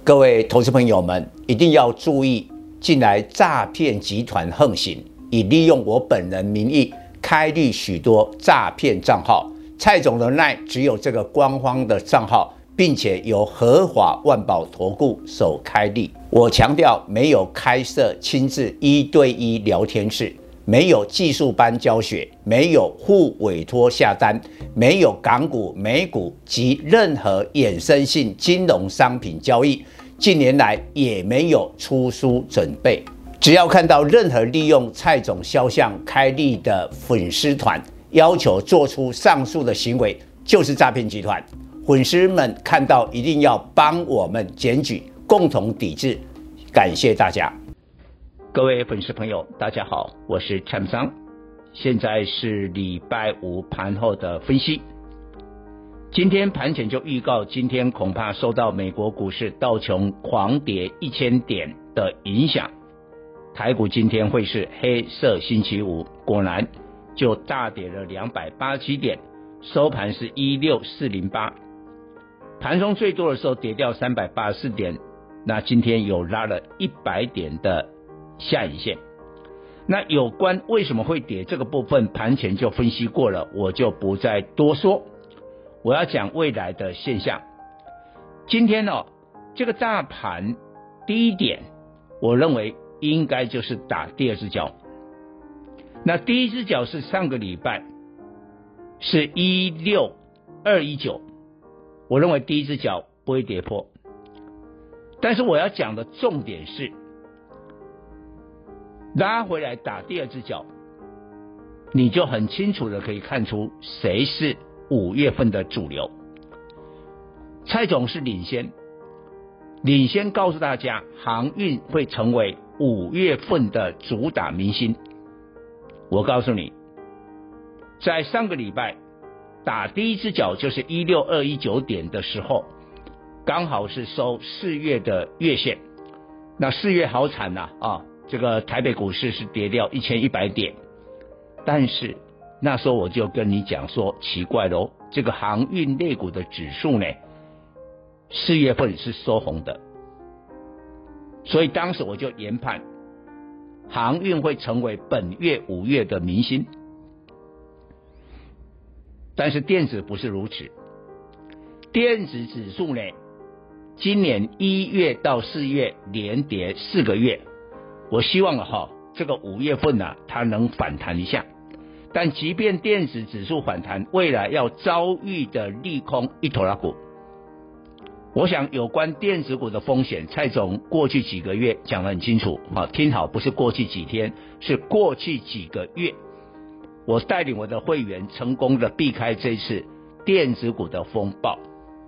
各位投资朋友们一定要注意，近来诈骗集团横行，以利用我本人名义开立许多诈骗账号。蔡总的赖只有这个官方的账号，并且由合法万宝投顾所开立。我强调，没有开设亲自1对1聊天室，没有技术班教学，没有互委托下单，没有港股、美股及任何衍生性金融商品交易。近年来也没有出书准备。只要看到任何利用蔡总肖像开立的粉丝团，要求做出上述的行为，就是诈骗集团。粉丝们看到一定要帮我们检举，共同抵制。感谢大家。 各位粉丝朋友，大家好，我是蔡商，现在是礼拜五盘后的分析。今天盘前就预告，今天恐怕受到美国股市道琼狂跌1000点的影响，台股今天会是黑色星期五，果然就大跌了287点，收盘是16408，盘中最多的时候跌掉384点，那今天有拉了100点的下影线。那有关为什么会跌这个部分，盘前就分析过了，我就不再多说。我要讲未来的现象。今天这个大盘第一点，我认为应该就是打第二只脚。那第一只脚是上个礼拜是16219，我认为第一只脚不会跌破。但是我要讲的重点是，拉回来打第二只脚，你就很清楚的可以看出谁是5月份的主流。蔡总是领先告诉大家，航运会成为5月份的主打明星。我告诉你，在上个礼拜打第一只脚就是16219点的时候，刚好是收4月的月线。那4月好惨这个台北股市是跌掉1100点，但是那时候我就跟你讲说，奇怪咯，这个航运类股的指数呢，4月份是收红的，所以当时我就研判航运会成为本月5月的明星。但是电子不是如此，电子指数呢，今年1月到4月连跌4个月，我希望这个5月份它能反弹一下。但即便电子指数反弹，未来要遭遇的利空一头拉股。我想有关电子股的风险，蔡总过去几个月讲得很清楚，听好，不是过去几天，是过去几个月，我带领我的会员成功的避开这次电子股的风暴。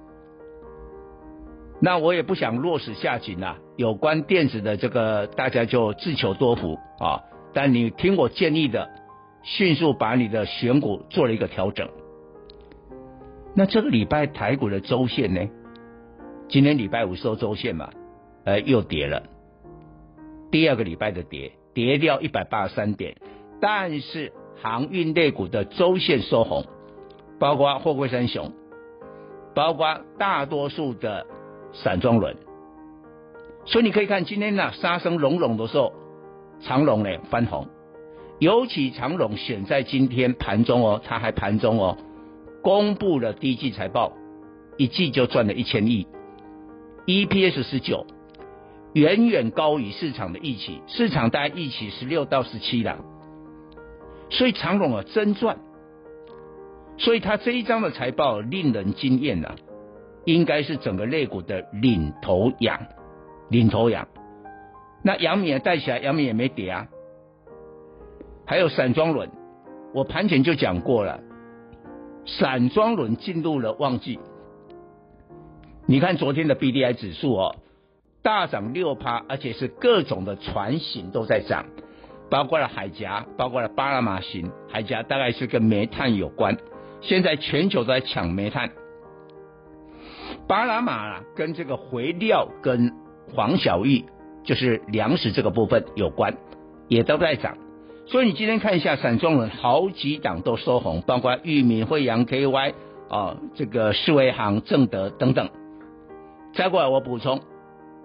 那我也不想落实下井有关电子的这个大家就自求多福但你听我建议的，迅速把你的选股做了一个调整。那这个礼拜台股的周线呢，今天礼拜五收周线嘛，又跌了，第二个礼拜的跌掉183点，但是航运类股的周线收红，包括货柜三雄，包括大多数的散装轮。所以你可以看今天杀声隆隆的时候，长荣呢翻红，尤其长荣选在今天盘中它还盘中公布了第一季财报，一季就赚了1000亿， EPS 19，远远高于市场的预期，市场大概预期16到17啦，所以长荣真赚。所以他这一张的财报令人惊艳应该是整个类股的领头羊。那阳明也带起来，阳明也没跌还有散装轮，我盘前就讲过了，散装轮进入了旺季。你看昨天的 BDI 指数大涨6%，而且是各种的船型都在涨，包括了海峡，包括了巴拿马型。海峡大概是跟煤炭有关，现在全球都在抢煤炭。巴拿马跟这个回料跟黄小玉就是粮食这个部分有关，也都在涨。所以你今天看一下散装轮好几档都收红，包括裕民、惠阳、KY 这个世维航、正德等等。再过来我补充，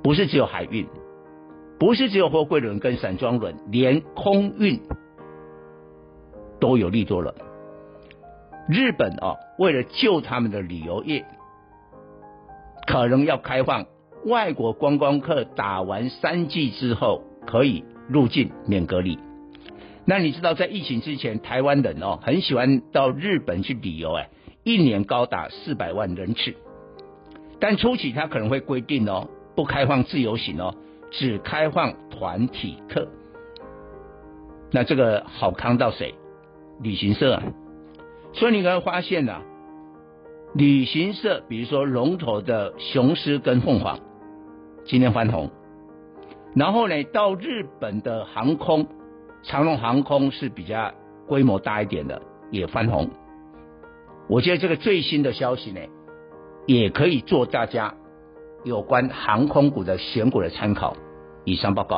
不是只有海运，不是只有货柜轮跟散装轮，连空运都有利多了。日本为了救他们的旅游业，可能要开放外国观光客打完3剂之后可以入境免隔离。那你知道在疫情之前，台湾人很喜欢到日本去旅游，一年高达400万人次。但初期他可能会规定不开放自由行只开放团体客。那这个好康到谁？旅行社所以你可能发现旅行社比如说龙头的雄狮跟凤凰今天翻红，然后呢到日本的航空，长荣航空是比较规模大一点的也翻红。我觉得这个最新的消息呢，也可以做大家有关航空股的选股的参考。以上报告。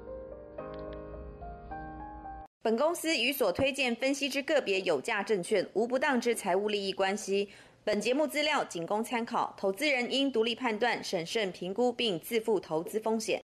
本公司与所推荐分析之个别有价证券无不当之财务利益关系。本节目资料仅供参考，投资人应独立判断、审慎评估并自负投资风险。